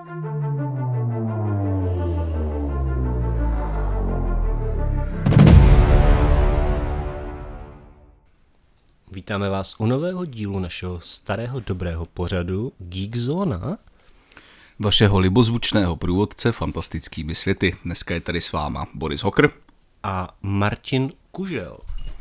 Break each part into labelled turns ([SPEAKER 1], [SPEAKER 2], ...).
[SPEAKER 1] Vítáme vás u nového dílu našeho starého dobrého pořadu Geek Zona.
[SPEAKER 2] Vašeho libozvučného průvodce fantastickými světy. Dneska je tady s váma Boris Hokr
[SPEAKER 1] A Martin Kužel.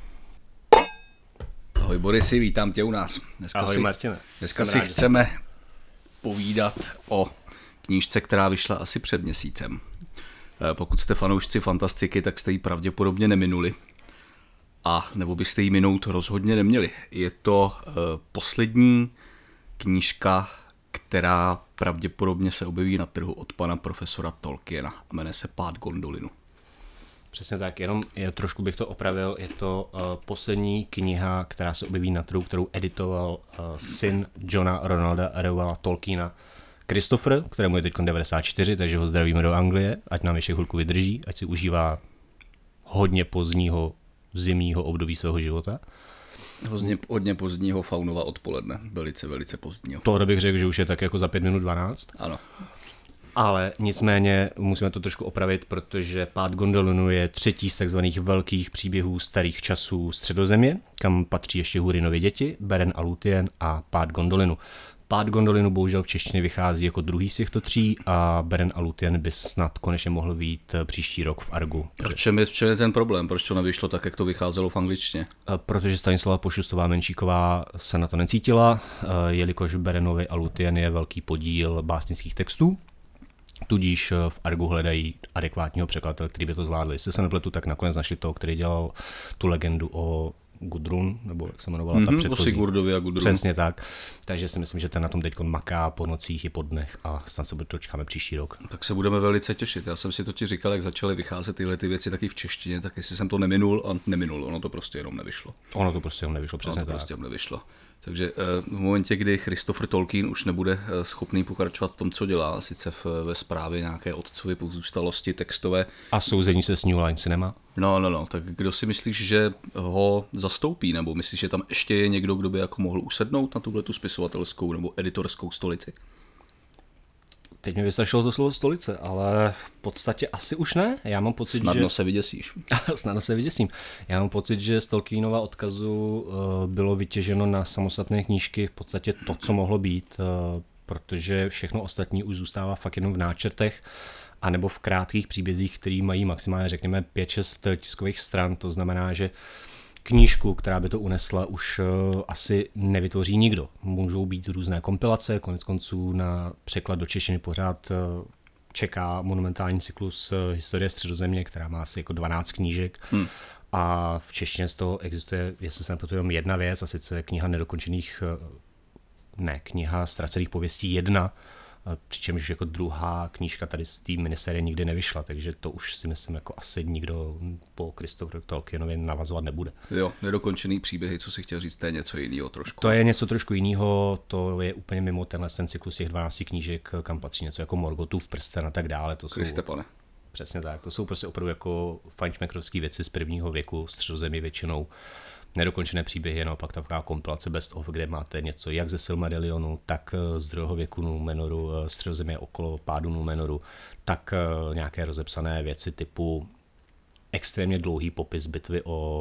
[SPEAKER 2] Ahoj Borisi, vítám tě u nás.
[SPEAKER 1] Ahoj Martine.
[SPEAKER 2] Dneska si chceme povídat o knížce, která vyšla asi před měsícem. Pokud jste fanoušci fantastiky, tak jste ji pravděpodobně neminuli. A nebo byste ji minout rozhodně neměli. Je to poslední knížka, která pravděpodobně se objeví na trhu od pana profesora Tolkiena. Jmenuje se Pád Gondolinu.
[SPEAKER 1] Přesně tak, jenom trošku bych to opravil. Je to poslední kniha, která se objeví na trhu, kterou editoval syn Johna Ronalda Reuela Tolkiena, Christopher, kterému je teď 94, takže ho zdravíme do Anglie, ať nám ještě chvilku vydrží, ať si užívá hodně pozdního zimního období svého života.
[SPEAKER 2] Hodně pozdního Faunova odpoledne, velice pozdního.
[SPEAKER 1] To bych řekl, že už je tak jako za 5 minut 12.
[SPEAKER 2] Ano.
[SPEAKER 1] Ale nicméně musíme to trošku opravit, protože Pád Gondolinu je třetí z takzvaných velkých příběhů starých časů Středozemě, kam patří ještě Húrinovy děti, Beren a Lúthien a Pád Gondolinu. Pád Gondolinu bohužel v češtině vychází jako druhý z těchto tří a Beren a Lúthien by snad konečně mohl vyjít příští rok v Argu.
[SPEAKER 2] V čem je ten problém? Proč to nevyšlo tak, jak to vycházelo v angličtině?
[SPEAKER 1] Protože Stanislava Pošustová-Menšíková se na to necítila, jelikož Berenovi a Lúthien je velký podíl básnických textů. Tudíž v Argu hledají adekvátního překladatele, který by to zvládl. Jestli se nepletu, tak nakonec našli toho, který dělal tu legendu o Gudrun, nebo jak se jmenovala ta předchozí.
[SPEAKER 2] O Sigurdovi a Gudrun.
[SPEAKER 1] Přesně tak. Takže si myslím, že ten na tom teď maká po nocích i po dnech a snad se dočkáme příští rok.
[SPEAKER 2] Tak se budeme velice těšit. Já jsem si totiž říkal, jak začaly vycházet tyhle ty věci taky v češtině, tak jestli jsem to neminul, ono to prostě jenom nevyšlo.
[SPEAKER 1] Přesně tak.
[SPEAKER 2] Prostě nevyšlo. Takže v momentě, kdy Christopher Tolkien už nebude schopný pokračovat v tom, co dělá, sice ve správě nějaké otcovy pozůstalosti textové.
[SPEAKER 1] A souzení se s New Line Cinema?
[SPEAKER 2] No, tak kdo si myslíš, že ho zastoupí, nebo myslíš, že tam ještě je někdo, kdo by jako mohl usednout na tuhletu spisovatelskou nebo editorskou stolici?
[SPEAKER 1] Teď mě vystrašilo to slovo stolice, ale v podstatě asi už ne. Já mám pocit,
[SPEAKER 2] Snadno se vyděsíš.
[SPEAKER 1] Snadno se vyděsím. Já mám pocit, že z Tolkienova odkazu bylo vytěženo na samostatné knížky v podstatě to, co mohlo být, protože všechno ostatní už zůstává fakt jenom v náčrtech anebo v krátkých příbězích, který mají maximálně, řekněme, 5-6 tiskových stran. To znamená, že knížku, která by to unesla, už asi nevytvoří nikdo. Můžou být různé kompilace, koneckonců na překlad do češtiny pořád čeká monumentální cyklus Historie Středozemě, která má asi jako 12 knížek. A v češtině z toho existuje, jestli se nepletu, jenom jedna věc, a sice kniha Ztracených pověstí 1, přičemž jako druhá knížka tady z té minisérie nikdy nevyšla, takže to už si myslím, jako asi nikdo po Christopheru Tolkienovi navazovat nebude.
[SPEAKER 2] Jo, nedokončený příběhy, co si chtěl říct, to je něco jiného trošku.
[SPEAKER 1] To je něco trošku jiného, to je úplně mimo ten cyklus těch 12 knížek, kam patří něco jako Morgothův prsten a tak dále.
[SPEAKER 2] Kriste pane.
[SPEAKER 1] Přesně tak, to jsou prostě opravdu jako fajnšmekrovské věci z prvního věku, Středozemí většinou. Nedokončené příběhy je naopak taková kompilace best of, kde máte něco jak ze Silmarillionu, tak z druhého věku Númenoru, Středozemě okolo pádu Númenoru, tak nějaké rozepsané věci typu extrémně dlouhý popis bitvy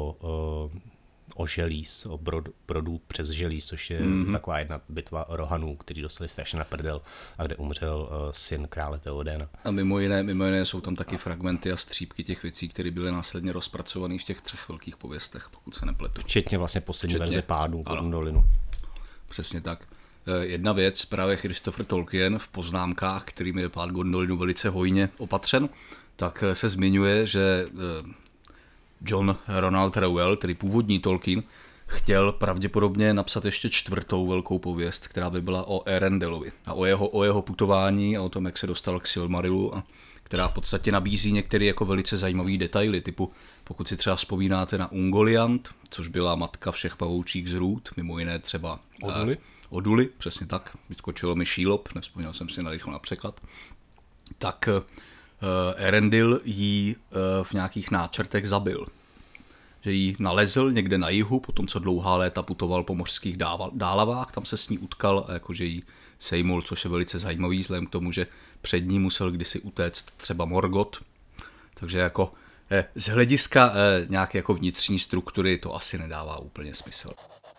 [SPEAKER 1] o Želíz, o Brodu přes Želíz, což je taková jedna bitva Rohanů, který dostali strašně na prdel a kde umřel syn krále Theodena.
[SPEAKER 2] A mimo jiné jsou tam taky fragmenty a střípky těch věcí, které byly následně rozpracované v těch 3 velkých pověstech, pokud se nepletu.
[SPEAKER 1] Včetně vlastně poslední verze pádu Gondolinu.
[SPEAKER 2] Přesně tak. Jedna věc, právě Christopher Tolkien v poznámkách, kterými je Pád Gondolinu velice hojně opatřen, tak se zmiňuje, že John Ronald Reuel, tedy původní Tolkien, chtěl pravděpodobně napsat ještě 4. velkou pověst, která by byla o Erendelovi a o jeho putování a o tom, jak se dostal k Silmarilu, a která v podstatě nabízí některé jako velice zajímavé detaily, typu pokud si třeba vzpomínáte na Ungoliant, což byla matka všech pavoučích zrůd, mimo jiné třeba Oduly, přesně tak, vyskočilo mi Šílop, nevzpomněl jsem si narychlo na překlad, tak Erendil jí v nějakých náčrtech zabil. Že ji nalezl někde na jihu, potom co dlouhá léta putoval po mořských dálavách, tam se s ní utkal a jakože jí sejmul, což je velice zajímavý, vzhledem k tomu, že před ním musel kdysi utéct třeba Morgoth. Takže jako z hlediska nějaké jako vnitřní struktury to asi nedává úplně smysl.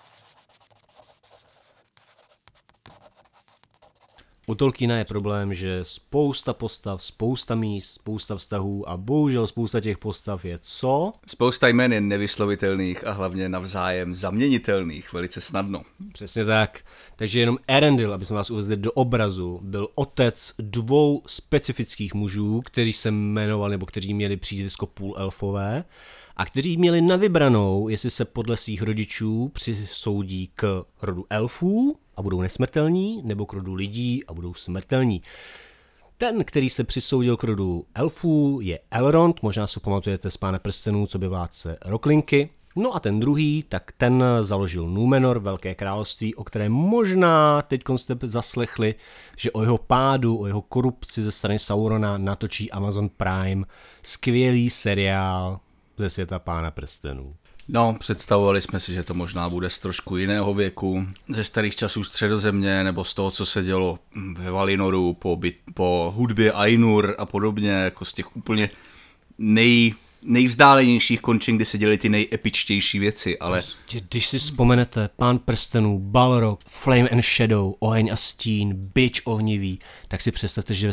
[SPEAKER 1] U Tolkiena je problém, že spousta postav, spousta míst, spousta vztahů a bohužel spousta těch postav je co?
[SPEAKER 2] Spousta jmen je nevyslovitelných a hlavně navzájem zaměnitelných velice snadno.
[SPEAKER 1] Přesně tak. Takže jenom Erendil, aby jsme vás uvezli do obrazu, byl otec 2 specifických mužů, kteří se jmenovali, nebo kteří měli přízvisko půlelfové a kteří měli na vybranou, jestli se podle svých rodičů přisoudí k rodu elfů a budou nesmrtelní, nebo k rodu lidí a budou smrtelní. Ten, který se přisoudil k rodu elfů, je Elrond, možná si pamatujete z Pána prstenů, co by vládce Roklinky. No a ten druhý, tak ten založil Númenor, velké království, o které možná teď jste zaslechli, že o jeho pádu, o jeho korupci ze strany Saurona natočí Amazon Prime skvělý seriál ze světa Pána prstenů.
[SPEAKER 2] No, představovali jsme si, že to možná bude z trošku jiného věku, ze starých časů Středozemě, nebo z toho, co se dělo ve Valinoru, po hudbě Ainur a podobně, jako z těch úplně nejvzdálenějších končin, kdy se děly ty nejepičtější věci, ale...
[SPEAKER 1] Když si vzpomenete Pán prstenů, Balrog, Flame and Shadow, Oheň a stín, Bič ohnivý, tak si představte, že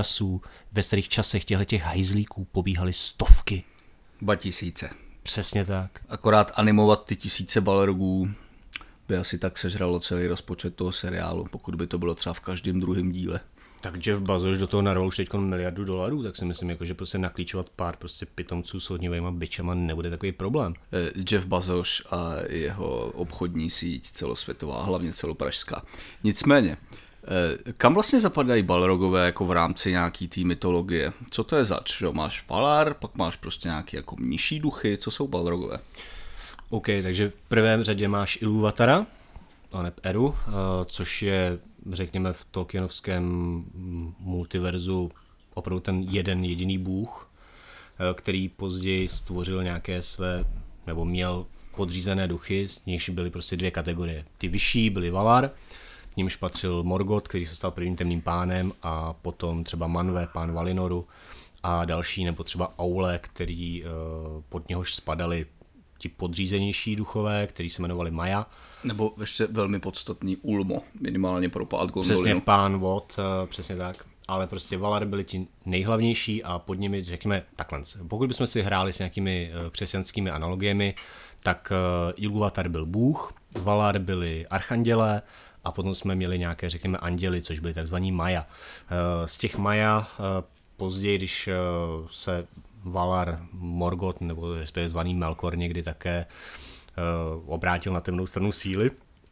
[SPEAKER 1] ve starých časech těch hajzlíků pobíhaly stovky.
[SPEAKER 2] 2000.
[SPEAKER 1] Přesně tak.
[SPEAKER 2] Akorát animovat ty 1000 Balrogů by asi tak sežralo celý rozpočet toho seriálu, pokud by to bylo třeba v každém druhém díle.
[SPEAKER 1] Tak Jeff Bezos do toho narval už teď $1 miliardu, tak si myslím, jako, že prostě naklíčovat pár prostě pitomců s ohnivejma bičema nebude takový problém.
[SPEAKER 2] Jeff Bezos a jeho obchodní síť celosvětová, hlavně celopražská. Nicméně, kam vlastně zapadají Balrogové jako v rámci nějaký té mytologie? Co to je zač? Máš Valar, pak máš prostě nějaký jako nižší duchy, co jsou Balrogové?
[SPEAKER 1] OK, takže v prvém řadě máš Ilúvatara, aneb Eru, což je, řekněme, v Tolkienovském multiverzu opravdu ten jeden jediný bůh, který později stvořil nějaké své, nebo měl podřízené duchy, z nichž byly prostě 2 kategorie. Ty vyšší byly Valar, k nímž patřil Morgoth, který se stal prvním temným pánem, a potom třeba Manwë, pán Valinoru, a další, nebo třeba Aule, který pod něhož spadali ti podřízenější duchové, který se jmenovali Maja.
[SPEAKER 2] Nebo ještě velmi podstatný Ulmo, minimálně pro pád Gondolinu.
[SPEAKER 1] Přesně, pán Vod, přesně tak. Ale prostě Valar byli ti nejhlavnější a pod nimi, řekněme, takhle. Pokud bychom si hráli s nějakými křesťanskými analogiemi, tak Ilúvatar byl bůh, Valar byli archandělé a potom jsme měli nějaké, řekněme, anděli, což byli takzvaní Maja. Z těch Maja později, když se Valar, Morgoth, nebo respektive zvaný Melkor někdy také obrátil na temnou stranu síly,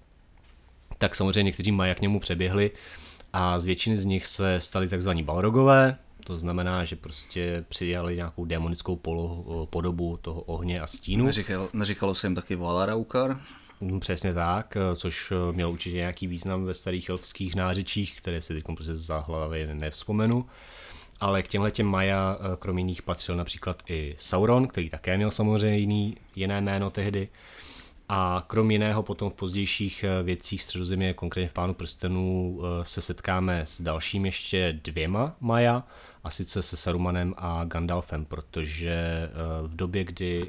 [SPEAKER 1] tak samozřejmě někteří Maja k němu přeběhli a z většiny z nich se stali takzvaní Balrogové, to znamená, že prostě přijali nějakou démonickou podobu toho ohně a stínu.
[SPEAKER 2] Neříkalo se jim taky Valaraukar?
[SPEAKER 1] Přesně tak, což mělo určitě nějaký význam ve starých elfských nářečích, které si teď prostě za hlavy nevzpomenu. Ale k těmhletěm Maja krom jiných patřil například i Sauron, který také měl samozřejmě jiné jméno tehdy. A krom jiného potom v pozdějších věcích Středozemě, konkrétně v Pánu prstenů, se setkáme s dalším ještě 2 Maja, a sice se Sarumanem a Gandalfem, protože v době, kdy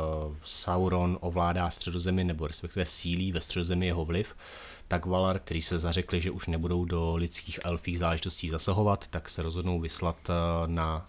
[SPEAKER 1] Sauron ovládá Středozemi, nebo respektive sílí ve Středozemi jeho vliv, tak Valar, který se zařekli, že už nebudou do lidských elfích záležitostí zasahovat, tak se rozhodnou vyslat na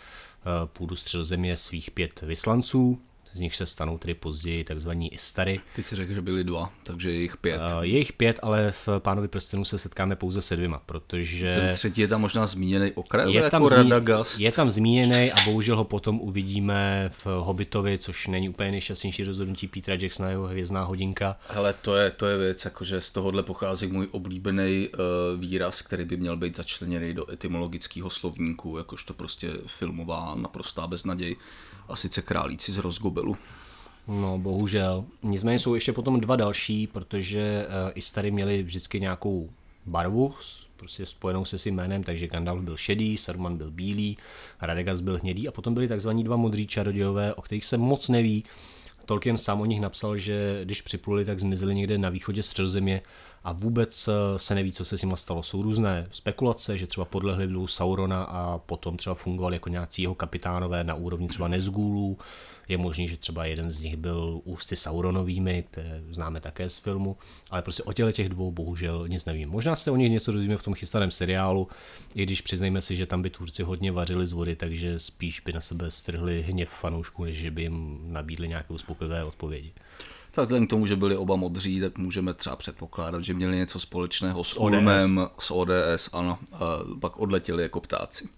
[SPEAKER 1] půdu Středozemě svých 5 vyslanců, z nich se stanou tedy později takzvaní Istari.
[SPEAKER 2] Ty si řekl, že byli 2, takže je jich 5.
[SPEAKER 1] Je jich 5, ale v Pánovi prstenů se setkáme pouze se 2, protože...
[SPEAKER 2] Ten třetí je tam možná zmíněný okrajově jako Radagast.
[SPEAKER 1] Je tam zmíněný a bohužel ho potom uvidíme v Hobbitovi, což není úplně nejšťastnější rozhodnutí Petera Jacksona, jeho Hvězdná hodinka.
[SPEAKER 2] Hele, to je věc, jakože z tohohle pochází můj oblíbený výraz, který by měl být začleněný do etymologického slovníku, jakožto prostě filmová naprostá beznaděj. A sice Králíci z Rozgobelu.
[SPEAKER 1] No, bohužel. Nicméně jsou ještě potom 2 další, protože Istari měli vždycky nějakou barvu, prostě spojenou se svým jménem, takže Gandalf byl šedý, Saruman byl bílý, Radagast byl hnědý a potom byli takzvaní 2 modří čarodějové, o kterých se moc neví. Tolkien sám o nich napsal, že když připluli, tak zmizeli někde na východě Středozemě a vůbec se neví, co se s nimi stalo. Jsou různé spekulace, že třeba podlehli vlivu Saurona a potom třeba fungovali jako nějací jeho kapitánové na úrovni třeba Nezgûlů. Je možný, že třeba jeden z nich byl ústy Sauronovými, které známe také z filmu, ale prostě o těch dvou bohužel nic nevím. Možná se o nich něco dozvíme v tom chystaném seriálu, i když přiznejme si, že tam by tvůrci hodně vařili z vody, takže spíš by na sebe strhli hněv fanoušků, než že by jim nabídli nějaké uspokojivé odpovědi.
[SPEAKER 2] Tak vzhledem k tomu, že byli oba modří, tak můžeme třeba předpokládat, že měli něco společného s Ulmem, s ODS, ano, a pak odletěli jako ptáci.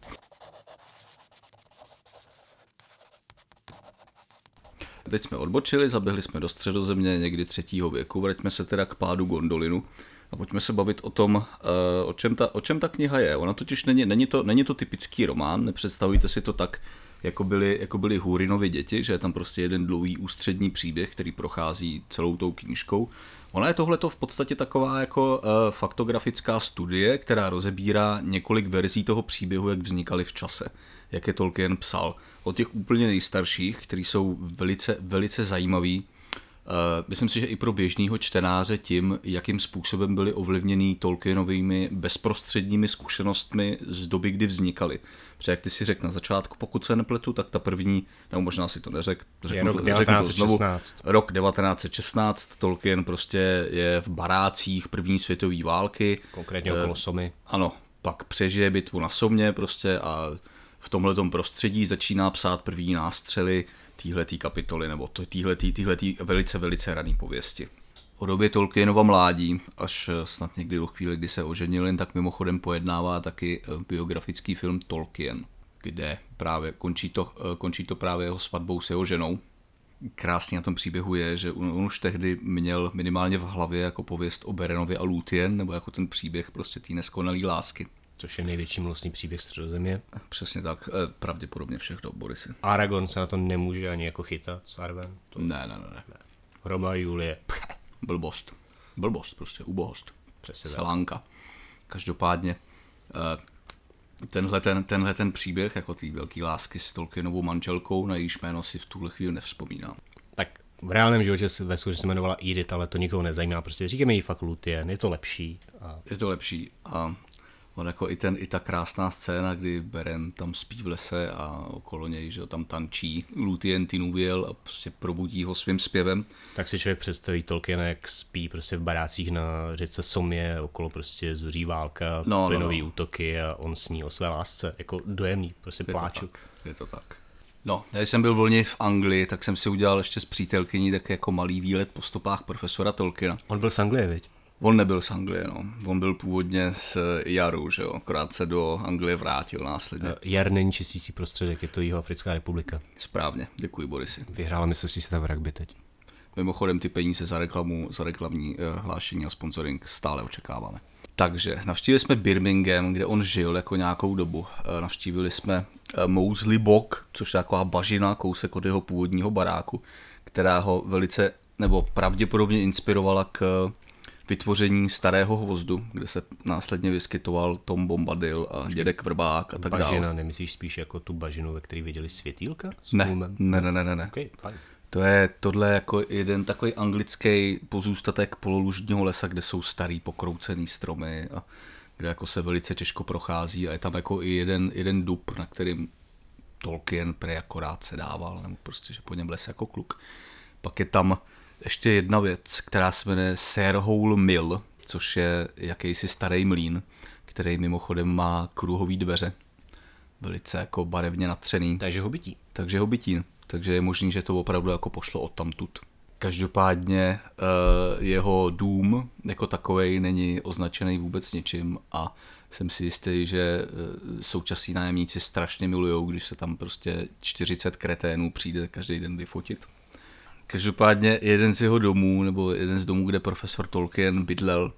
[SPEAKER 2] Teď jsme odbočili, zaběhli jsme do Středozemě někdy 3. věku, vraťme se teda k pádu Gondolinu a pojďme se bavit o tom, o čem ta kniha je. Ona totiž není to typický román, nepředstavujte si to tak, jako byly Húrinovy děti, že je tam prostě jeden dlouhý ústřední příběh, který prochází celou tou knížkou. Ona je tohleto v podstatě taková jako faktografická studie, která rozebírá několik verzí toho příběhu, jak vznikaly v čase, jak je Tolkien psal. Od těch úplně nejstarších, který jsou velice, velice zajímavý. Myslím si, že i pro běžného čtenáře tím, jakým způsobem byly ovlivněný Tolkienovými bezprostředními zkušenostmi z doby, kdy vznikaly. Protože jak ty si řekl na začátku, pokud se nepletu, tak ta první, nebo možná si to neřekl,
[SPEAKER 1] rok 1916.
[SPEAKER 2] Rok 1916, Tolkien prostě je v barácích první světové války.
[SPEAKER 1] Konkrétně okolo Somy.
[SPEAKER 2] Ano, pak přežije bitvu na Somě prostě a v tomhletom prostředí začíná psát první nástřely téhletý kapitoly, nebo téhletý velice, velice raný pověsti. O době Tolkienova mládí, až snad někdy do chvíle, kdy se oženil, jen tak mimochodem pojednává taky biografický film Tolkien, kde právě končí to právě jeho svatbou s jeho ženou. Krásný na tom příběhu je, že on už tehdy měl minimálně v hlavě jako pověst o Berenovi a Lúthien, nebo jako ten příběh prostě té neskonalé lásky.
[SPEAKER 1] Což je největší milostný příběh Středozemě.
[SPEAKER 2] Přesně tak, pravděpodobně všech dob, Borisy.
[SPEAKER 1] Aragorn se na to nemůže ani jako chytat s Arwen.
[SPEAKER 2] Ne.
[SPEAKER 1] Roma a Julie.
[SPEAKER 2] Blbost prostě, ubohost.
[SPEAKER 1] Přesně
[SPEAKER 2] Selánka. Každopádně tenhle ten příběh jako té velké lásky s Tolkienovou manželkou, na jejíž jméno si v tuhle chvíli nevzpomínám.
[SPEAKER 1] Tak v reálném životě ve skutečnosti se jmenovala Edith, ale to nikoho nezajímá. Prostě říkáme jí fakt Lúthien, je to lepší.
[SPEAKER 2] Je to lepší a on jako i ta krásná scéna, kdy Beren tam spí v lese a okolo něj, že tam tančí Lúthien Tinuviel a prostě probudí ho svým zpěvem.
[SPEAKER 1] Tak si člověk představí Tolkiena, jak spí prostě v barácích na řece Somě, okolo prostě zuří válka, plynový útoky a on sní o své lásce, jako dojemný, prostě pláču.
[SPEAKER 2] Je to tak. No, když jsem byl volně v Anglii, tak jsem si udělal ještě s přítelkyní tak jako malý výlet po stopách profesora Tolkiena.
[SPEAKER 1] On byl z Anglie, viď?
[SPEAKER 2] On nebyl z Anglie, no. On byl původně z Jaru, že jo. Akorát se do Anglie vrátil následně.
[SPEAKER 1] Jar není čistící prostředek, je to Jihoafrická republika.
[SPEAKER 2] Správně, děkuji Borisi.
[SPEAKER 1] Vyhrála mistrovství světa v rugby teď.
[SPEAKER 2] Mimochodem ty peníze za reklamní hlášení a sponsoring stále očekáváme. Takže navštívili jsme Birmingham, kde on žil jako nějakou dobu. Navštívili jsme Moseley Bog, což je taková bažina, kousek od jeho původního baráku, která ho velice, nebo pravděpodobně inspirovala k vytvoření Starého hvozdu, kde se následně vyskytoval Tom Bombadil a dědek Vrbák a tak dále.
[SPEAKER 1] Bažina, nemyslíš spíš jako tu bažinu, ve které viděli světýlka?
[SPEAKER 2] Ne.
[SPEAKER 1] Okay, fajn.
[SPEAKER 2] Tohle je jako jeden takový anglický pozůstatek pololužního lesa, kde jsou starý pokroucený stromy a kde jako se velice těžko prochází a je tam jako i jeden dub, na kterým Tolkien prej akorát se dával, nebo prostě, že po něm les jako kluk. Pak je tam ještě jedna věc, která se jmenuje Sarehole Mill, což je jakýsi starý mlýn, který mimochodem má kruhový dveře. Velice jako barevně natřený. Takže hobití. Takže je možný, že to opravdu jako pošlo odtamtud. Každopádně jeho dům jako takovej není označený vůbec ničím a jsem si jistý, že současní nájemníci strašně milujou, když se tam prostě 40 kreténů přijde každý den vyfotit. Každopádně jeden z jeho domů, nebo jeden z domů, kde profesor Tolkien bydlel,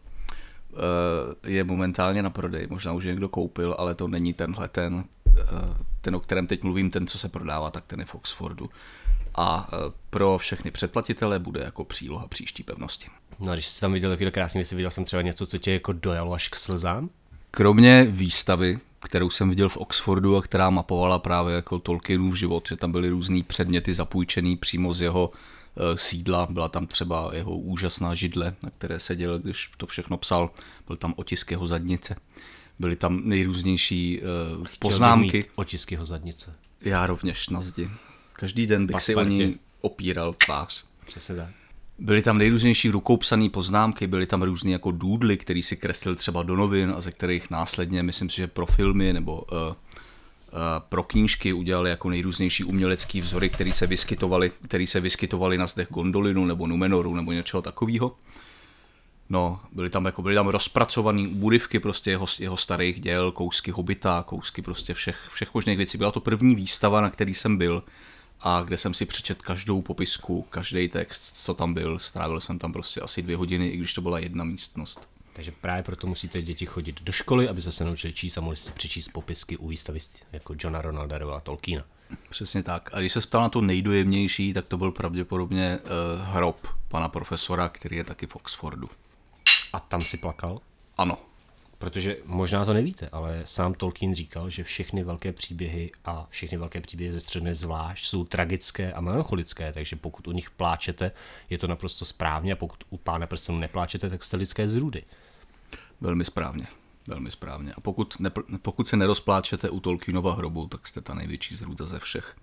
[SPEAKER 2] je momentálně na prodej. Možná už někdo koupil, ale to není tenhle, ten, o kterém teď mluvím, ten, co se prodává, tak ten je v Oxfordu. A pro všechny předplatitele bude jako příloha příští pevnosti.
[SPEAKER 1] No a když jsi tam viděl takový krásný věci, viděl jsem třeba něco, co tě jako dojalo až k slzám?
[SPEAKER 2] Kromě výstavy, kterou jsem viděl v Oxfordu a která mapovala právě jako Tolkienův život, že tam byly různý předměty zapůjčený přímo z jeho sídla, byla tam třeba jeho úžasná židle, na které seděl, když to všechno psal, byl tam otisk jeho zadnice, byly tam nejrůznější poznámky.
[SPEAKER 1] Mít otisk jeho zadnice.
[SPEAKER 2] Já rovněž na zdi. Každý den bych si o ní opíral tvář.
[SPEAKER 1] Přesně tak.
[SPEAKER 2] Byly tam nejrůznější rukoupsané poznámky, byly tam různý jako doodly, který si kreslil třeba do novin a ze kterých následně, myslím si, že pro filmy nebo pro knížky udělali jako nejrůznější umělecký vzory, které se vyskytovaly na zdech Gondolinu nebo Numenoru nebo něčeho takového. No, byly tam rozpracované úryvky prostě jeho starých děl, kousky Hobita, kousky prostě všech možných věcí. Byla to první výstava, na který jsem byl a kde jsem si přečetl každou popisku, každý text, co tam byl. Strávil jsem tam prostě asi 2 hodiny, i když to byla jedna místnost.
[SPEAKER 1] Takže právě proto musíte děti chodit do školy, aby se naučili číst a mohli si přečíst popisky u výstavy jako Johna Ronalda a Tolkiena.
[SPEAKER 2] Přesně tak. A když se ptal na to nejdojemnější, tak to byl pravděpodobně hrob pana profesora, který je taky v Oxfordu.
[SPEAKER 1] A tam si plakal?
[SPEAKER 2] Ano.
[SPEAKER 1] Protože možná to nevíte, ale sám Tolkien říkal, že všechny velké příběhy a všechny velké příběhy ze Středomoří zvlášť jsou tragické a melancholické, takže pokud u nich pláčete, je to naprosto správně a pokud u Pána prstenů nepláčete, tak jste lidské zrůdy.
[SPEAKER 2] Velmi správně. Velmi správně. A pokud se nerozpláčete u Tolkienova hrobu, tak jste ta největší zrůda ze všech.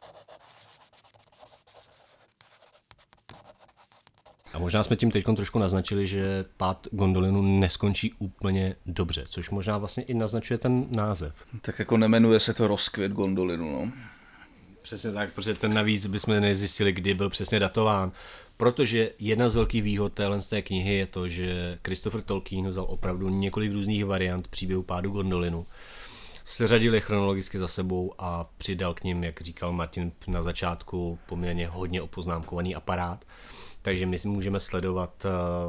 [SPEAKER 1] A možná jsme tím teď trošku naznačili, že pád Gondolinu neskončí úplně dobře, což možná vlastně i naznačuje ten název.
[SPEAKER 2] Tak jako nemenuje se to rozkvět Gondolinu, no.
[SPEAKER 1] Přesně tak, protože ten navíc bychom nezjistili, kdy byl přesně datován. Protože jedna z velkých výhod té knihy je to, že Christopher Tolkien vzal opravdu několik různých variant příběhu pádu Gondolinu, seřadil je chronologicky za sebou a přidal k nim, jak říkal Martin na začátku, poměrně hodně opoznámkovaný aparát. Takže my si můžeme sledovat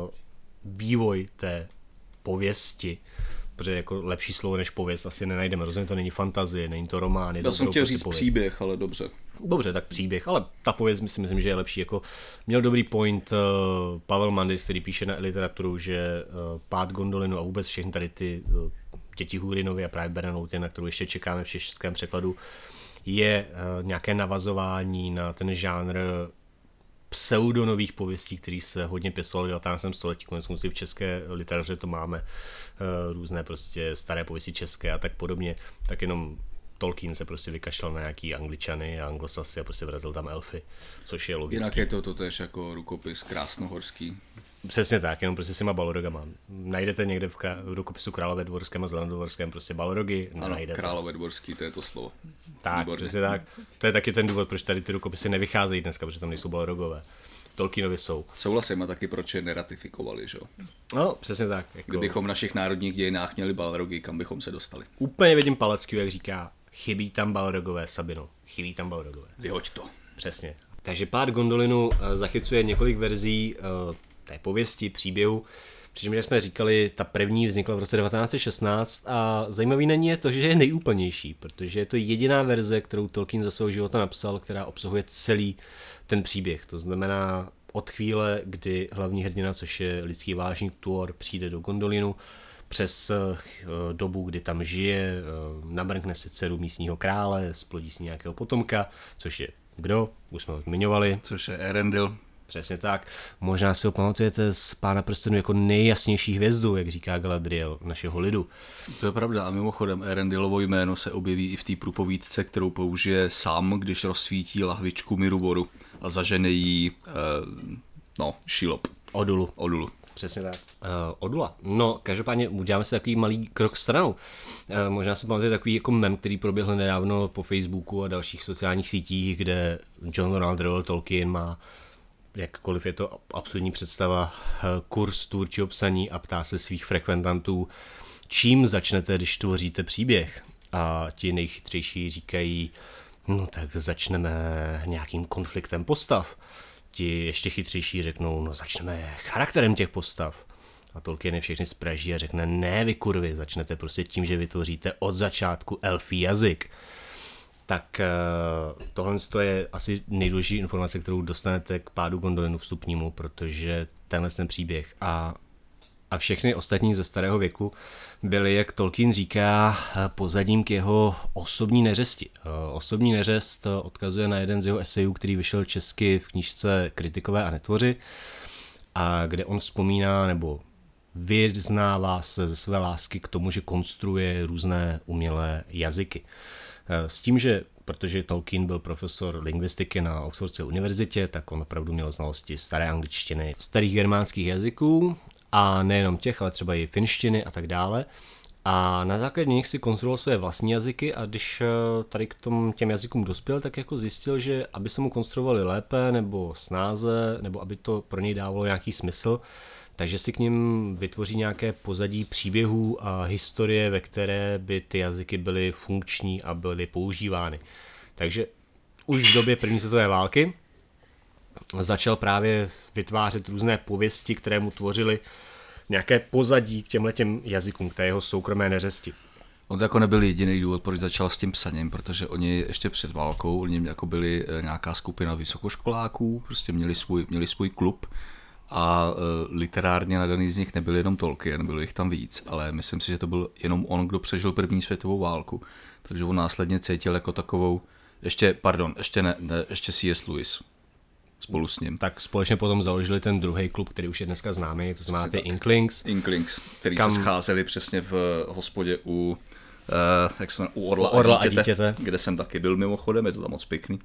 [SPEAKER 1] vývoj té pověsti, protože jako lepší slovo než pověst asi nenajdeme. Rozumím, to není fantazie, není to román.
[SPEAKER 2] Já jsem chtěl říct příběh, ale dobře.
[SPEAKER 1] Dobře, tak příběh, ale ta pověst si myslím, že je lepší. Jako měl dobrý point Pavel Mandis, který píše na literaturu, že pád Gondolinu a vůbec všechny tady ty děti Húrinovy a právě Bernouty, na kterou ještě čekáme v českém překladu, je nějaké navazování na ten žánr pseudonových pověstí, který se hodně pěstoval v 19. století, koneckonců v české literatuře to máme různé prostě staré pověsti české a tak podobně, tak jenom Tolkien se prostě vykašlal na nějaký Angličany a Anglosasy a prostě vrazil tam elfy, což je logické.
[SPEAKER 2] Jinak je to totéž jako rukopis krásnohorský.
[SPEAKER 1] Přesně tak, jenom prostě s těma balrogama. Najdete někde v rukopisu Královédvorském a Zelandodvorském prostě balrogy?
[SPEAKER 2] Ano, Královédvorský, to je to slovo.
[SPEAKER 1] Tak, přesně tak. To je taky ten důvod, proč tady ty rukopisy nevycházejí dneska, protože tam nejsou balrogové. Tolkienovi jsou.
[SPEAKER 2] Souhlasím a taky proč je neratifikovali, že jo?
[SPEAKER 1] No, přesně tak. Jako...
[SPEAKER 2] Kdybychom v našich národních dějinách měli balrogy, kam bychom se dostali?
[SPEAKER 1] Úplně vidím Palacký, jak říká, chybí tam balrogové, Sabino. Chybí tam balrogové.
[SPEAKER 2] Vyhoď to.
[SPEAKER 1] Přesně. Takže pád Gondolinu zachycuje několik verzí té pověsti, příběhu. Přičemž, jak jsme říkali, ta první vznikla v roce 1916 a zajímavý není je to, že je nejúplnější, protože je to jediná verze, kterou Tolkien za svého života napsal, která obsahuje celý ten příběh. To znamená od chvíle, kdy hlavní hrdina, což je lidský válečník Tuor, přijde do Gondolinu, přes dobu, kdy tam žije, nabrkne si dceru místního krále, splodí si nějakého potomka, což je kdo? Už jsme ho zmiňovali.
[SPEAKER 2] Což je Erendil.
[SPEAKER 1] Přesně tak. Možná si ho pamatujete z Pána prstenů jako nejjasnější hvězdu, jak říká Galadriel, našeho lidu.
[SPEAKER 2] To je pravda a mimochodem Erendilovo jméno se objeví i v té průpovídce, kterou použije sám, když rozsvítí lahvičku Miruvoru a zažene jí Šilop. Odulu.
[SPEAKER 1] Přesně tak. Odula. No, každopádně uděláme si takový malý krok stranou. Možná si pamatujete takový jako mem, který proběhl nedávno po Facebooku a dalších sociálních sítích, kde John Ronald Reuel Tolkien má, jakkoliv je to absurdní představa, kurz tvůrčího psaní a ptá se svých frekventantů, čím začnete, když tvoříte příběh. A ti nejchytřejší říkají, no tak začneme nějakým konfliktem postav. Ti ještě chytřejší řeknou, no začneme charakterem těch postav. A Tolkien je všechny spraží a řekne, ne vy kurvy, začnete prostě tím, že vytvoříte od začátku elfí jazyk. Tak tohle je asi nejdůležitější informace, kterou dostanete k pádu Gondolinu vstupnímu, protože tenhle ten příběh a a všechny ostatní ze starého věku byly, jak Tolkien říká, pozadím k jeho osobní neřesti. Osobní neřest odkazuje na jeden z jeho esejů, který vyšel česky v knížce Kritikové a netvoři, a kde on vzpomíná nebo vyznává se ze své lásky k tomu, že konstruuje různé umělé jazyky. S tím, že protože Tolkien byl profesor lingvistiky na Oxfordské univerzitě, tak on opravdu měl znalosti staré angličtiny, starých germánských jazyků a nejenom těch, ale třeba i finštiny a tak dále. A na základě nich si konstruoval své vlastní jazyky a když tady k těm jazykům dospěl, tak jako zjistil, že aby se mu konstruovali lépe nebo snáze, nebo aby to pro něj dávalo nějaký smysl, takže si k nim vytvoří nějaké pozadí příběhů a historie, ve které by ty jazyky byly funkční a byly používány. Takže už v době první světové války začal právě vytvářet různé pověsti, které mu tvořily nějaké pozadí k těmhletěm jazykům, k té jeho soukromé neřesti.
[SPEAKER 2] On to jako nebyl jediný důvod, proč začal s tím psaním, protože oni ještě před válkou, oni jako byli nějaká skupina vysokoškoláků, prostě měli svůj klub a literárně nadaný z nich nebyl jenom Tolkien, bylo jich tam víc, ale myslím si, že to byl jenom on, kdo přežil první světovou válku, takže on následně cítil jako takovou, ještě C.S. Lewis spolu s ním.
[SPEAKER 1] Tak společně potom založili ten druhý klub, který už je dneska známý, to znamená ty Inklings.
[SPEAKER 2] Inklings, který se scházeli přesně v hospodě u
[SPEAKER 1] Orla a dítěte,
[SPEAKER 2] kde jsem taky byl mimochodem, je to tam moc pěkný.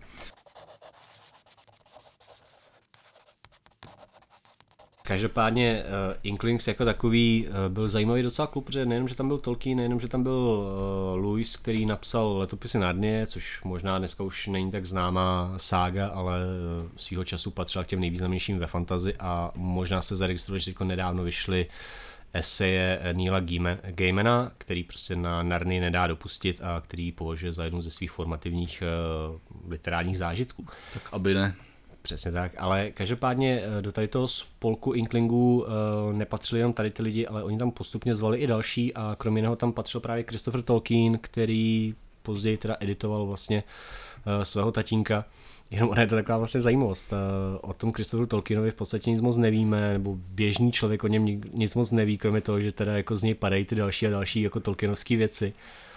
[SPEAKER 1] Každopádně Inklings jako takový byl zajímavý docela klub, protože nejenom, že tam byl Tolkien, nejenom, že tam byl Lewis, který napsal Letopisy Narnie, což možná dneska už není tak známá sága, ale svýho času patřila k těm nejvýznamnějším ve fantasy a možná se zaregistrovali, že nedávno vyšly eseje Neila Gaimana, který prostě na Narnii nedá dopustit a který považuje za jednu ze svých formativních literárních zážitků.
[SPEAKER 2] Tak aby ne.
[SPEAKER 1] Přesně tak, ale každopádně do tady toho spolku Inklingů nepatřili jenom tady ty lidi, ale oni tam postupně zvali i další a kromě něho tam patřil právě Christopher Tolkien, který později teda editoval vlastně svého tatínka. Jenom ona je to taková vlastně zajímavost. O tom Christopheru Tolkienovi v podstatě nic moc nevíme, nebo běžný člověk o něm nic moc neví, kromě toho, že teda jako z něj padají ty další a další jako Tolkienovské věci.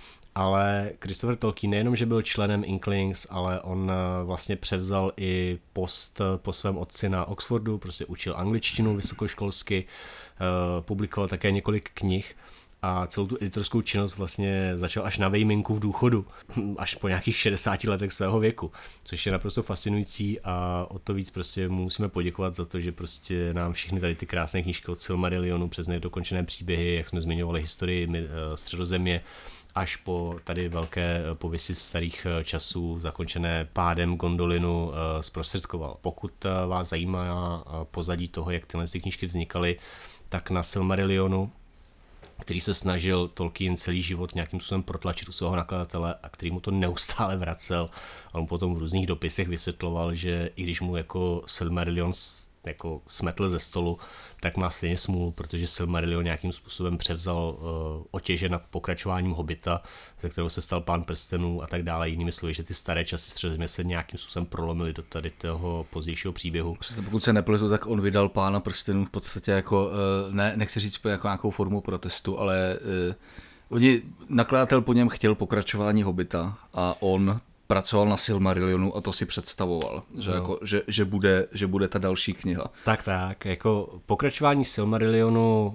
[SPEAKER 1] Ale Christopher Tolkien nejenom, že byl členem Inklings, ale on vlastně převzal i post po svém otci na Oxfordu, prostě učil angličtinu vysokoškolsky, publikoval také několik knih a celou tu editorskou činnost vlastně začal až na vejminku v důchodu, až po nějakých 60 letech svého věku, což je naprosto fascinující a o to víc prostě mu musíme poděkovat za to, že prostě nám všechny tady ty krásné knížky od Silmarillionu přes nedokončené příběhy, jak jsme zmiňovali historii Středozemě, až po tady velké pověsti starých časů zakončené pádem Gondolinu zprostředkoval. Pokud vás zajímá pozadí toho, jak tyhle knížky vznikaly, tak na Silmarillionu, který se snažil Tolkien celý život nějakým způsobem protlačit u svého nakladatele a který mu to neustále vracel. A on potom v různých dopisech vysvětloval, že i když mu jako Silmarillion jako smetl ze stolu, tak má stejně smůlu, protože Silmarillion nějakým způsobem převzal otěže nad pokračováním Hobita, ze kterého se stal Pán prstenů a tak dále. Jinými slovy, že ty staré časy Středozemě se nějakým způsobem prolomily do tady toho pozdějšího příběhu.
[SPEAKER 2] Pokud se nepletu, tak on vydal Pána prstenů v podstatě jako, nechci říct jako nějakou formu protestu, ale nakladatel po něm chtěl pokračování Hobita a on pracoval na Silmarillionu a to si představoval, že, no. Jako, že bude ta další kniha.
[SPEAKER 1] Tak, jako pokračování Silmarillionu,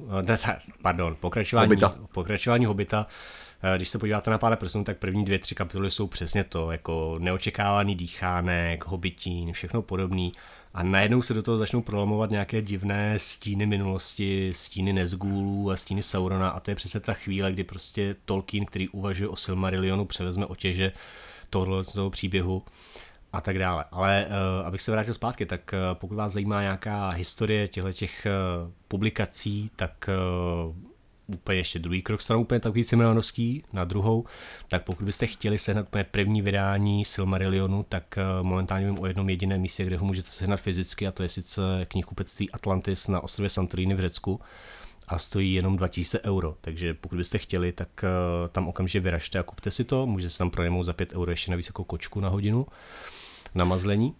[SPEAKER 1] pokračování Hobita, když se podíváte na Pána prstenů, tak první 2-3 kapitoly jsou přesně to, jako neočekávaný dýchánek, hobitín, všechno podobný a najednou se do toho začnou prolomovat nějaké divné stíny minulosti, stíny Nezgûlů a stíny Saurona a to je přesně ta chvíle, kdy prostě Tolkien, který uvažuje o Silmarillionu, převezme otěže toho příběhu a tak dále. Ale abych se vrátil zpátky, tak pokud vás zajímá nějaká historie těch publikací, tak úplně ještě druhý krok stranou úplně takový Silmarilionovský na druhou, tak pokud byste chtěli sehnat první vydání Silmarillionu, tak momentálně vím o jednom jediném místě, kde ho můžete sehnat fyzicky a to je sice knihkupectví Atlantis na ostrově Santorini v Řecku a stojí jenom 2000 €, takže pokud byste chtěli, tak tam okamžitě vyražte a kupte si to, můžete si tam pronajmout za 5 € ještě navíc jako kočku na hodinu na mazlení.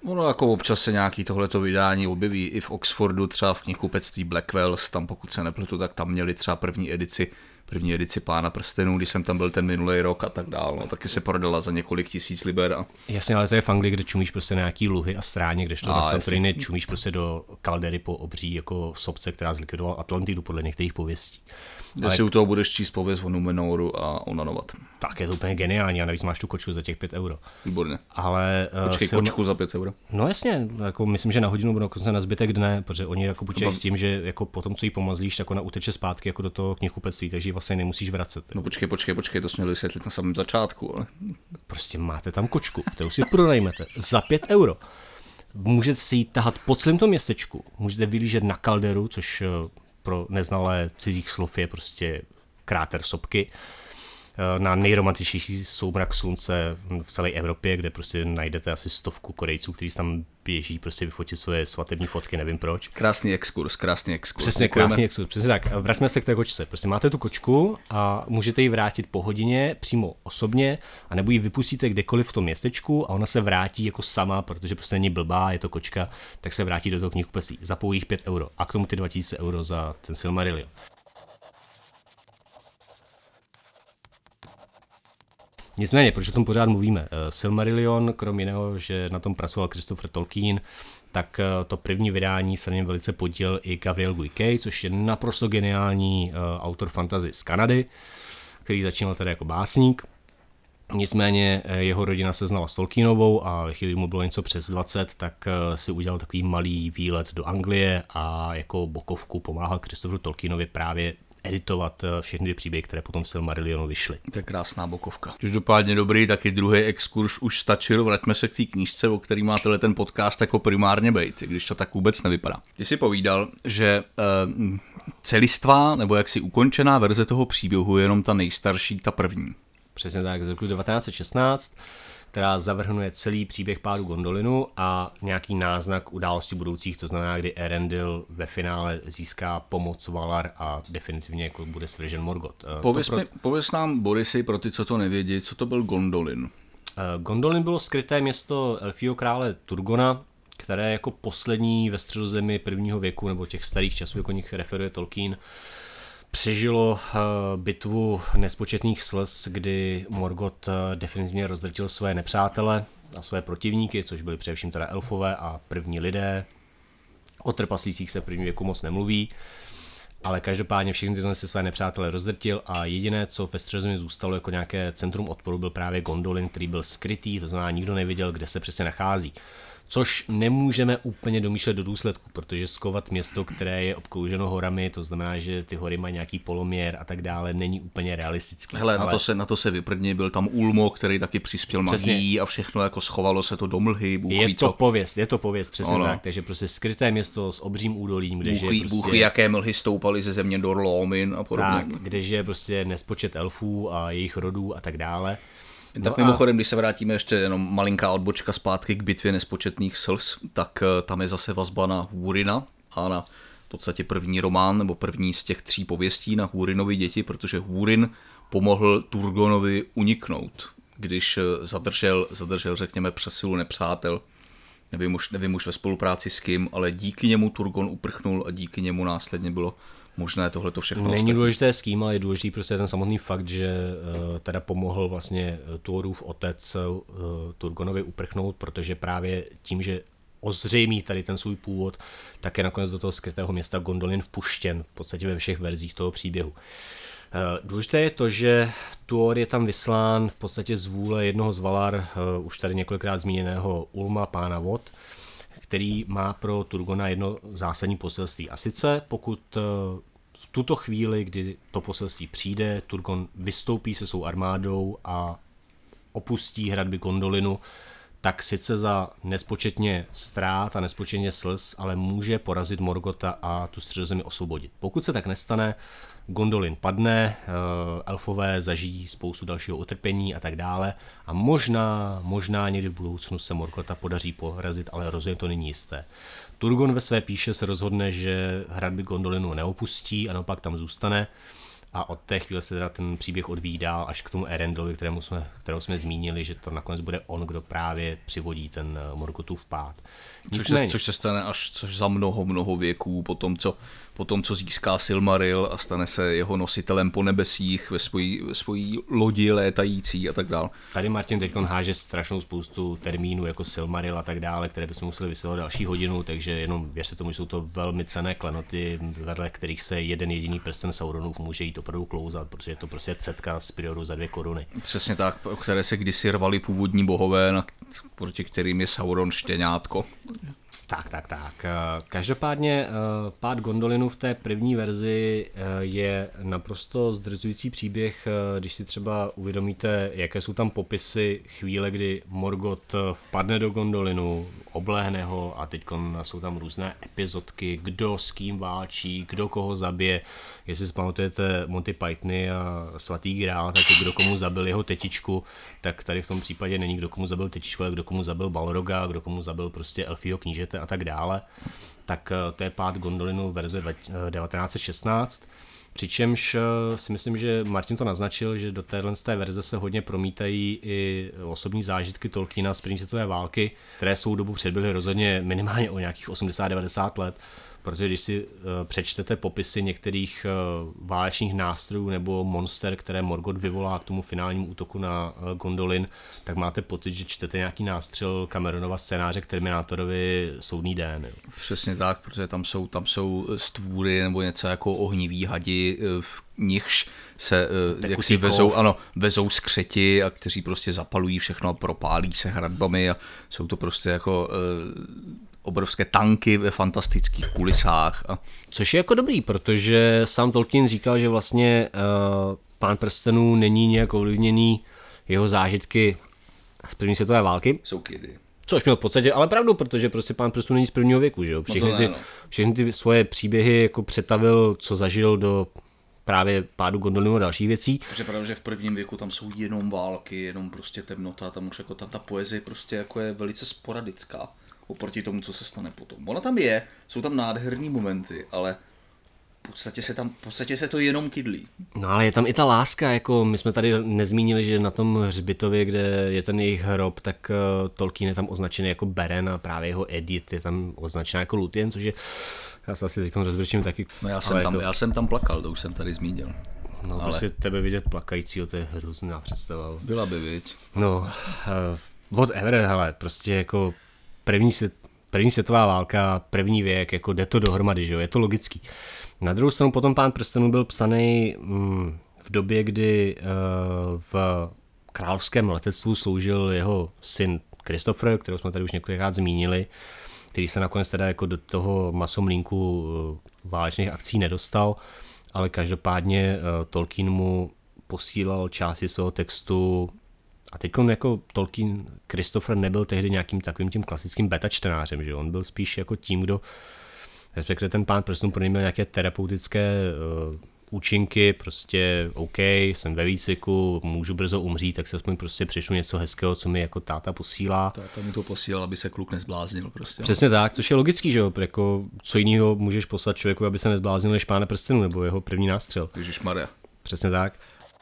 [SPEAKER 2] Ono jako občas se nějaký tohleto vydání objeví i v Oxfordu, třeba v knihkupectví Blackwells, tam pokud se nepletu, tak tam měli třeba první edici Pána prstenů, když jsem tam byl ten minulý rok a tak dál, no, taky se prodala za několik tisíc liber. A...
[SPEAKER 1] Jasně, ale to je v Anglii, kde čumíš prostě na nějaký luhy a stráně, kdežto na Santorini čumíš prostě do kaldery po obří jako sobce, která zlikvidovala Atlantidu podle některých pověstí.
[SPEAKER 2] Jestli u toho budeš číst pověst o Numenoru a onanovat.
[SPEAKER 1] Tak je to úplně geniální a navíc máš tu kočku za těch 5 euro.
[SPEAKER 2] Výborně.
[SPEAKER 1] Ale,
[SPEAKER 2] počkej, kočku za 5 euro?
[SPEAKER 1] No jasně, jako myslím, že na hodinu nebo dokonce na zbytek dne, protože oni jako počítají s tím, že jako potom, co ji pomazlíš, tak ona uteče zpátky jako do toho knihkupectví, takže ji vlastně nemusíš vracet.
[SPEAKER 2] No počkej, to jsme měli vysvětlit na samém začátku, ale...
[SPEAKER 1] Prostě máte tam kočku, kterou si pronajmete za 5 euro. Můžete si ji tahat po celém tom městečku, můžete vylížet na kalderu, což pro neznalé cizích slov je prostě kráter sopky, na nejromantičtější soumrak slunce v celé Evropě, kde prostě najdete asi 100 Korejců, kteří tam běží prostě vyfotit svoje svatební fotky, nevím proč.
[SPEAKER 2] Krásný exkurs.
[SPEAKER 1] Přesně, krásný exkurs, přesně tak. Vraťme se k té kočce. Prostě máte tu kočku a můžete ji vrátit po hodině přímo osobně, anebo ji vypustíte kdekoliv v tom městečku a ona se vrátí jako sama, protože prostě není blbá, je to kočka, tak se vrátí do toho knihkupectví za pouhých 5 euro a k tomu ty 2000 euro za ten Silmarillion. Nicméně, proč o tom pořád mluvíme? Silmarillion, krom jiného, že na tom pracoval Christopher Tolkien, tak to první vydání se na něm velice podílel i Gabriel Guikej, což je naprosto geniální autor fantasy z Kanady, který začínal tedy jako básník. Nicméně jeho rodina se znala s Tolkienovou a ve chvíli mu bylo něco přes 20, tak si udělal takový malý výlet do Anglie a jako bokovku pomáhal Christopheru Tolkienovi právě editovat všechny ty příběhy, které potom v Silmarillionu vyšly.
[SPEAKER 2] To je krásná bokovka. Každopádně dobrý, taky druhý exkurs už stačil, vraťme se k té knížce, o který má ten podcast jako primárně bejt, když to tak vůbec nevypadá. Ty si povídal, že celistvá, nebo jaksi ukončená verze toho příběhu je jenom ta nejstarší, ta první.
[SPEAKER 1] Přesně tak, z roku 1916, která zavrhnuje celý příběh pádu Gondolinu a nějaký náznak událostí budoucích, to znamená, kdy Erendil ve finále získá pomoc Valar a definitivně jako bude svržen Morgoth.
[SPEAKER 2] Pověz nám, Borisy, pro ty, co to nevědí, co to byl Gondolin?
[SPEAKER 1] Gondolin bylo skryté město elfího krále Turgona, které jako poslední ve středozemi prvního věku, nebo těch starých časů, jako nich referuje Tolkien, přežilo bitvu nespočetných slz, kdy Morgoth definitivně rozdrtil své nepřátele a své protivníky, což byli především teda elfové a první lidé. O trpaslících se v prvním věku moc nemluví, ale každopádně všechny tyhle si své nepřátele rozdrtil a jediné, co ve středozemi zůstalo jako nějaké centrum odporu, byl právě Gondolin, který byl skrytý, to znamená nikdo nevěděl, kde se přesně nachází. Což nemůžeme úplně domýšlet do důsledku, protože skovat město, které je obklouženo horami, to znamená, že ty hory mají nějaký poloměr a tak dále, není úplně realistický.
[SPEAKER 2] Hele, ale... na to se vyprdně, byl tam Ulmo, který taky přispěl magií a všechno jako schovalo se to do mlhy.
[SPEAKER 1] Je to pověst, přesně tak, takže prostě skryté město s obřím údolím, kde je prostě...
[SPEAKER 2] Bůh ví, jaké mlhy stoupaly ze země do Lómin a podobně.
[SPEAKER 1] Tak, kde je prostě nespočet elfů a jejich rodů a tak dále.
[SPEAKER 2] Tak mimochodem, když se vrátíme ještě jenom malinká odbočka zpátky k bitvě nespočetných slz, tak tam je zase vazba na Húrina a na v podstatě první román, nebo první z těch 3 pověstí na Húrinovi děti, protože Húrin pomohl Turgonovi uniknout, když zadržel řekněme přesilu nepřátel. Nevím už ve spolupráci s kým, ale díky němu Turgon uprchnul a díky němu následně bylo možné tohleto všechno.
[SPEAKER 1] Není důležité s kým, ale je důležitý prostě ten samotný fakt, že teda pomohl vlastně Tuorův otec Turgonovi uprchnout, protože právě tím, že ozřejmí tady ten svůj původ, tak je nakonec do toho skrytého města Gondolin vpuštěn v podstatě ve všech verzích toho příběhu. Důležité je to, že Tuor je tam vyslán v podstatě z vůle jednoho z Valar, už tady několikrát zmíněného Ulma, pána Vod, který má pro Turgona jedno zásadní poselství. A sice pokud v tuto chvíli, kdy to poselství přijde, Turgon vystoupí se svou armádou a opustí hradby Gondolinu, tak sice za nespočetně ztrát a nespočetně slz, ale může porazit Morgotha a tu středozemi osvobodit. Pokud se tak nestane, Gondolin padne, elfové zažijí spoustu dalšího utrpení a tak dále a možná někdy v budoucnu se Morgotha podaří porazit, ale rozhodně to není jisté. Turgon ve své píše se rozhodne, že hradby Gondolinu neopustí a naopak tam zůstane a od té chvíle se teda ten příběh odvíjí dál až k tomu Erendovi, kterou jsme zmínili, že to nakonec bude on, kdo právě přivodí ten Morgothův pád.
[SPEAKER 2] Což se stane až za mnoho věků po tom, co získá Silmaril a stane se jeho nositelem po nebesích ve svojí lodi létající a tak dále.
[SPEAKER 1] Tady Martin teď háže strašnou spoustu termínů jako Silmaril a tak dále, které bychom museli vysvětlit další hodinu, takže jenom věřte tomu, že jsou to velmi cenné klenoty, vedle kterých se jeden jediný prsten Sauronův může jít opravdu klouzat, protože je to prostě cetka z Prioru za 2 koruny.
[SPEAKER 2] Přesně tak, o které se kdysi rvali původní bohové, proti kterým je Sauron štěňátko.
[SPEAKER 1] Tak. Každopádně pád Gondolinu v té první verzi je naprosto zdrcující příběh, když si třeba uvědomíte, jaké jsou tam popisy chvíle, kdy Morgoth vpadne do Gondolinu, obléhne ho a teď jsou tam různé epizodky, kdo s kým válčí, kdo koho zabije. Jestli si pamatujete Monty Pythony a Svatý grál, tak kdo komu zabil jeho tetičku, tak tady v tom případě není kdo komu zabil tetičku, ale kdo komu zabil Balroga, kdo komu zabil prostě Elfího knížete a tak dále. Tak to je pád Gondolinu verze 1916. Přičemž si myslím, že Martin to naznačil, že do téhle verze se hodně promítají i osobní zážitky Tolkiena z první světové války, které svou dobu předbyly rozhodně minimálně o nějakých 80-90 let, protože když si přečtete popisy některých válečných nástrojů nebo monster, které Morgoth vyvolá k tomu finálnímu útoku na Gondolin, tak máte pocit, že čtete nějaký nástřel Cameronova scénáře k Terminátorovi Soudný den.
[SPEAKER 2] Přesně tak, protože tam jsou stvůry nebo něco jako ohniví hadi, v nichž se jaksi vezou skřeti a kteří prostě zapalují všechno a propálí se hradbami a jsou to prostě jako obrovské tanky ve fantastických kulisách.
[SPEAKER 1] Což je jako dobrý, protože sám Tolkien říkal, že vlastně Pán prstenů není nějak ovlivněný jeho zážitky z první světové války.
[SPEAKER 2] Jsou kidy.
[SPEAKER 1] Což měl v podstatě ale pravdu, protože prostě Pán prstenů není z prvního věku, že jo? Všechny ty svoje příběhy jako přetavil, co zažil do právě pádu Gondolinu a dalších věcí.
[SPEAKER 2] Takže pravda, že v prvním věku tam jsou jenom války, jenom prostě temnota, tam už jako ta poezie prostě jako je velice sporadická oproti tomu, co se stane potom. Ona tam je, jsou tam nádherní momenty, ale v podstatě se to jenom kydlí.
[SPEAKER 1] No ale je tam i ta láska, jako my jsme tady nezmínili, že na tom hřbitově, kde je ten jejich hrob, tak Tolkien je tam označený jako Beren a právě jeho Edith je tam označená jako Lúthien, což je, já se asi teď rozbrčím taky.
[SPEAKER 2] No já jsem tam plakal, to už jsem tady zmínil.
[SPEAKER 1] No ale prostě tebe vidět plakajícího, to je hrozná představa.
[SPEAKER 2] Byla by, viď?
[SPEAKER 1] No, whatever, hele, prostě jako první světová válka, první věk, jako jde to dohromady, že jo, je to logický. Na druhou stranu potom Pán prstenů byl psaný v době, kdy v královském letectvu sloužil jeho syn Christopher, kterou jsme tady už několikrát zmínili, který se nakonec teda jako do toho masomlínku válečných akcí nedostal, ale každopádně Tolkien mu posílal části svého textu. A teď jako Tolkien, Christopher nebyl tehdy nějakým takovým tím klasickým beta čtenářem, že on byl spíš jako tím, kdo, respektive ten Pán prstenů pro něj měl nějaké terapeutické účinky, prostě OK, jsem ve výcviku, můžu brzo umřít, tak se aspoň prostě přišlu něco hezkého, co mi jako táta posílá.
[SPEAKER 2] Táta mu to posílal, aby se kluk nezbláznil prostě.
[SPEAKER 1] Přesně tak, což je logický, že jo, jako co jiného můžeš poslat člověku, aby se nezbláznil než Pána prstenů, nebo jeho první nástřel.
[SPEAKER 2] Ježišmarja.
[SPEAKER 1] Přesně tak.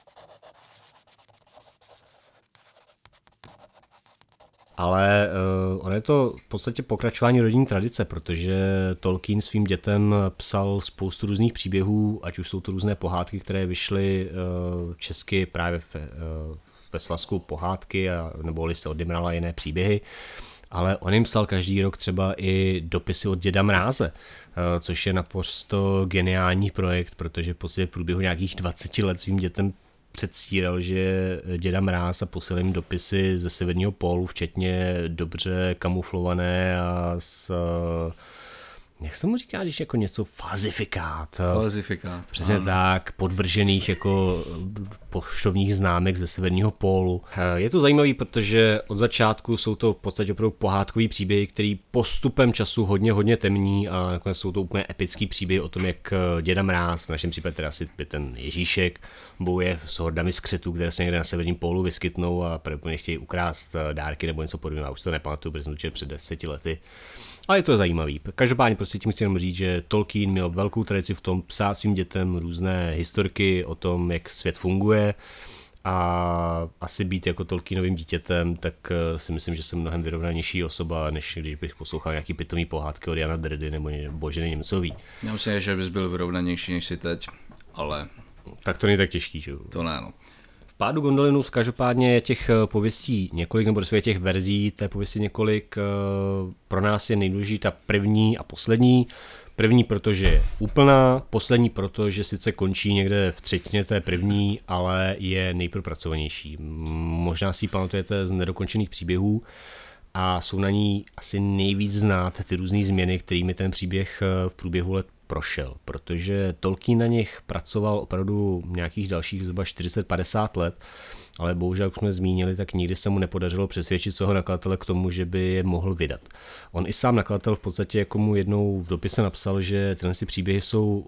[SPEAKER 1] Ale ono je to v podstatě pokračování rodinné tradice, protože Tolkien svým dětem psal spoustu různých příběhů, ať už jsou to různé pohádky, které vyšly česky právě ve svazku pohádky, nebo list od Dimrala jiné příběhy, ale on jim psal každý rok třeba i dopisy od děda Mráze, což je naprosto geniální projekt, protože v průběhu nějakých 20 let svým dětem předstíral, že děda Mráz a posílal jim dopisy ze severního pólu, včetně dobře kamuflované a s, jak se mu říká, když jako něco falzifikát.
[SPEAKER 2] Falzifikát.
[SPEAKER 1] Přesně tak, podvržených jako poštovních známek ze severního pólu. Je to zajímavý, protože od začátku jsou to v podstatě opravdu pohádkový příběhy, který postupem času hodně temní a nakonec jsou to úplně epický příběhy o tom, jak Děda Mráz, v našem případě teda asi ten Ježíšek, bojuje s hordami skřetů, které se někde na severním pólu vyskytnou a pravděpodobně chtějí ukrást dárky nebo něco podobného. Já už to nepamatuju, protože jsem to před 10 lety. Ale je to zajímavý. Každopádně prostě tím chci jenom říct, že Tolkien měl velkou tradici v tom psát svým dětem různé historky o tom, jak svět funguje a asi být jako Tolkienovým dítětem, tak si myslím, že jsem mnohem vyrovnanější osoba, než když bych poslouchal nějaký pitomý pohádky od Jana Dredy nebo Boženy Němcový.
[SPEAKER 2] Já myslím, že bys byl vyrovnanější než si teď, ale...
[SPEAKER 1] Tak to není tak těžký, že?
[SPEAKER 2] To ne, no.
[SPEAKER 1] V Pádu gondolinu každopádně je těch pověstí několik, nebo respektive těch verzí té pověsti několik. Pro nás je nejdůležitější ta první a poslední. První, protože je úplná, poslední, protože sice končí někde v třetině té první, ale je nejpropracovanější. Možná si ji pamatujete z nedokončených příběhů a jsou na ní asi nejvíc znát ty různé změny, kterými ten příběh v průběhu let prošel, protože Tolkien na nich pracoval opravdu nějakých dalších zhruba 40-50 let, ale bohužel, jak jsme zmínili, tak nikdy se mu nepodařilo přesvědčit svého nakladatele k tomu, že by je mohl vydat. On i sám nakladatel v podstatě jako mu jednou v dopise napsal, že tyhle příběhy jsou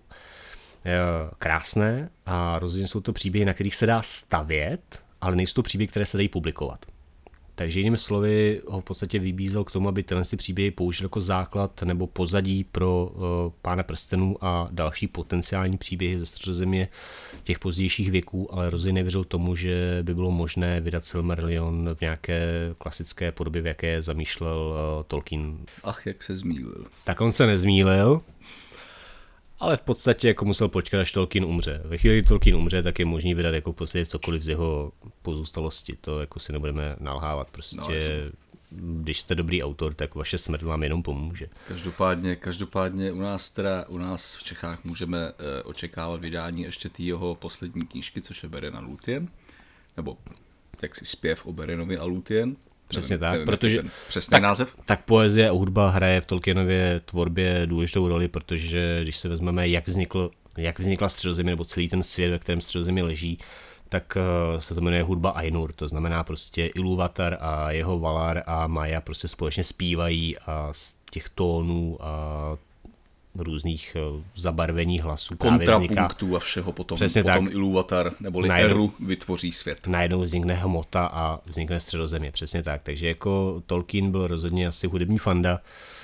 [SPEAKER 1] krásné a rozhodně jsou to příběhy, na kterých se dá stavět, ale nejsou to příběhy, které se dají publikovat. Takže jinými slovy ho v podstatě vybízel k tomu, aby tyhle příběhy použil jako základ nebo pozadí pro Pána prstenů a další potenciální příběhy ze Středozemě těch pozdějších věků, ale rozhodně nevěřil tomu, že by bylo možné vydat Silmarillion v nějaké klasické podobě, v jaké zamýšlel Tolkien.
[SPEAKER 2] Ach, jak se zmýlil.
[SPEAKER 1] Tak on se nezmýlil, ale v podstatě jako musel počkat, až Tolkien umře. Ve chvíli, kdy Tolkien umře, tak je možný vydat jako v podstatě cokoliv z jeho pozůstalosti. To jako si nebudeme nalhávat. Prostě, když jste dobrý autor, tak vaše smrt vám jenom pomůže.
[SPEAKER 2] Každopádně u nás v Čechách můžeme očekávat vydání ještě té jeho poslední knížky, což je Beren a Lúthien. Nebo jaksi zpěv o Berenovi a Lúthien.
[SPEAKER 1] Přesně tak, protože
[SPEAKER 2] přesný název.
[SPEAKER 1] Tak poezie a hudba hraje v Tolkienově tvorbě důležitou roli, protože když se vezmeme, jak vznikla Středozemí nebo celý ten svět, ve kterém Středozemí leží, tak se to jmenuje hudba Ainur, to znamená prostě Ilúvatar a jeho Valar a Maja prostě společně zpívají a z těch tónů a různých zabarvení hlasů
[SPEAKER 2] kontrapunktů a všeho potom Ilúvatar neboli Eru vytvoří svět.
[SPEAKER 1] Najednou vznikne hmota a vznikne Středozemě, přesně tak. Takže jako Tolkien byl rozhodně asi hudební fanda.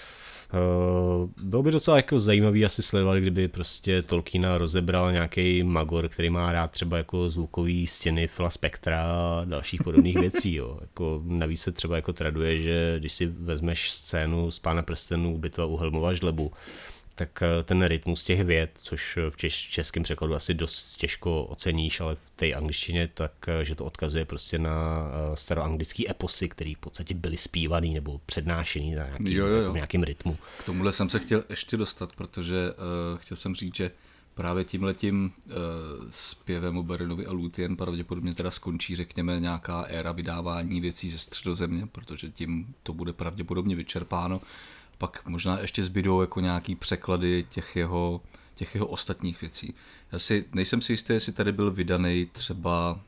[SPEAKER 1] Bylo by docela jako zajímavý asi sledovat, kdyby prostě Tolkiena rozebral nějaký magor, který má rád třeba jako zvukový stěny Phila Spectra a dalších podobných věcí. Jo. Jako navíc se třeba jako traduje, že když si vezmeš scénu z Pána prstenů Bitva u Helmova žlebu, tak ten rytmus těch vět, což v českém překladu asi dost těžko oceníš, ale v té angličtině, tak že to odkazuje prostě na staroanglický eposy, které v podstatě byly zpívaný nebo přednášený na v nějakém rytmu.
[SPEAKER 2] K tomuhle jsem se chtěl ještě dostat, protože chtěl jsem říct, že právě tímhletím zpěvem o Berenovi a Lúthien pravděpodobně teda skončí, řekněme, nějaká éra vydávání věcí ze Středozemě, protože tím to bude pravděpodobně vyčerpáno. Pak možná ještě zbydou jako nějaký překlady těch jeho ostatních věcí. Já si nejsem si jistý, jestli tady byl vydaný třeba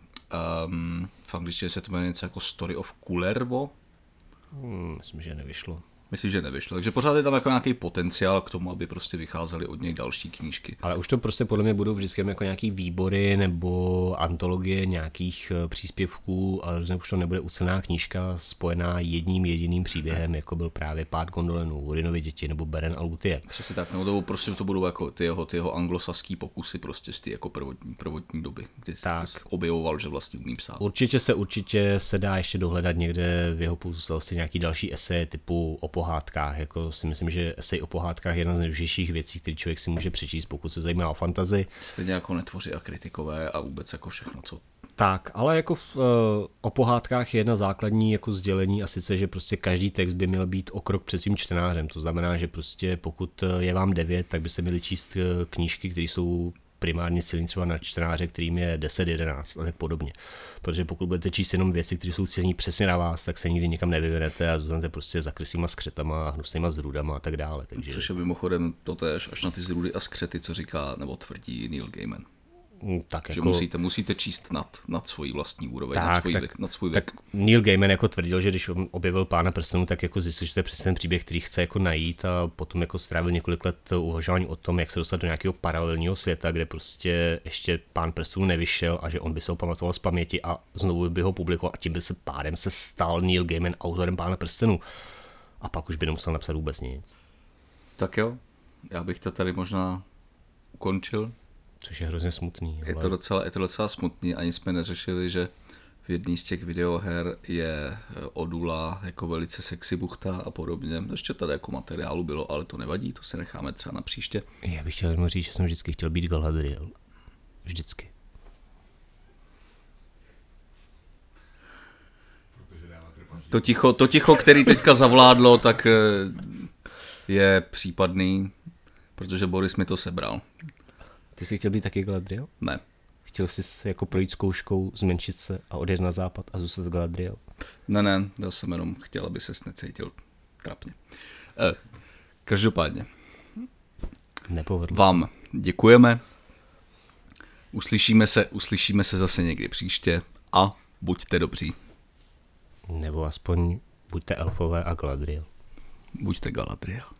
[SPEAKER 2] v angličtině se to jmenuje něco jako Story of Kullervo.
[SPEAKER 1] Myslím, že nevyšlo.
[SPEAKER 2] Myslím, že nevyšlo. Takže pořád je tam jako nějaký potenciál k tomu, aby prostě vycházely od něj další knížky.
[SPEAKER 1] Ale už to prostě podle mě budou vždycky jako nějaký výbory nebo antologie nějakých příspěvků, ale už to nebude ucelená knížka spojená jedním jediným příběhem, jako byl právě Pád gondolenů, Hurinovi děti nebo Beren a Lúthien.
[SPEAKER 2] Přesně tak, nebo to prostě to budou jako ty jeho anglosaský pokusy prostě z té jako prvotní doby, kdy tak objevoval, že vlastně umí psát.
[SPEAKER 1] Určitě se dá ještě dohledat někde v jeho pozůstalosti nějaký další eseje typu o pohádkách. Jako si myslím, že esej o pohádkách je jedna z nejdůležitějších věcí, které člověk si může přečíst, pokud se zajímá o fantazii.
[SPEAKER 2] Stejně jako netvoři a kritikové a vůbec jako všechno, co...
[SPEAKER 1] Tak, ale jako o pohádkách je jedna základní jako sdělení a sice, že prostě každý text by měl být o krok před svým čtenářem. To znamená, že prostě pokud je vám 9, tak by se měli číst knížky, které jsou primárně silný třeba na čtenáře, kterým je 10, 11 a tak podobně. Protože pokud budete číst jenom věci, které jsou silní přesně na vás, tak se nikdy nikam nevyvedete a zůstanete prostě za krysýma skřetama, hnusnýma zrůdama a tak dále. Takže...
[SPEAKER 2] Což je mimochodem totéž až na ty zrůdy a skřety, co říká nebo tvrdí Neil Gaiman.
[SPEAKER 1] Tak
[SPEAKER 2] že
[SPEAKER 1] jako...
[SPEAKER 2] musíte číst nad svojí vlastní úroveň, nad svůj
[SPEAKER 1] tak
[SPEAKER 2] věk.
[SPEAKER 1] Neil Gaiman jako tvrdil, že když objevil Pána prstenů, tak jako zjistil, že to je přesně ten příběh, který chce jako najít, a potom jako strávil několik let uvažování o tom, jak se dostat do nějakého paralelního světa, kde prostě ještě Pán prstenů nevyšel a že on by se ho pamatoval z paměti a znovu by ho publikoval a tím by se pádem se stal Neil Gaiman autorem Pána prstenů. A pak už by nemusel napsat vůbec nic.
[SPEAKER 2] Tak jo, já bych to tady možná ukončil.
[SPEAKER 1] Což je hrozně smutný.
[SPEAKER 2] Je to docela smutný, ani jsme neřešili, že v jedné z těch videoher je Odula jako velice sexy buchta a podobně. Ještě tady jako materiálu bylo, ale to nevadí, to si necháme třeba na příště.
[SPEAKER 1] Já bych chtěl jenom říct, že jsem vždycky chtěl být Galadriel. Vždycky.
[SPEAKER 2] To ticho, který teďka zavládlo, tak je případný, protože Boris mi to sebral.
[SPEAKER 1] Ty jsi chtěl být taky Galadriel?
[SPEAKER 2] Ne.
[SPEAKER 1] Chtěl jsi se jako projít zkouškou, zmenšit se a odjet na západ a zůstat Galadriel?
[SPEAKER 2] Ne, já jsem jenom chtěl, aby ses necítil trapně. Každopádně.
[SPEAKER 1] Nepovedlo
[SPEAKER 2] vám děkujeme. Uslyšíme se zase někdy příště a buďte dobří.
[SPEAKER 1] Nebo aspoň buďte elfové a Galadriel.
[SPEAKER 2] Buďte Galadriel.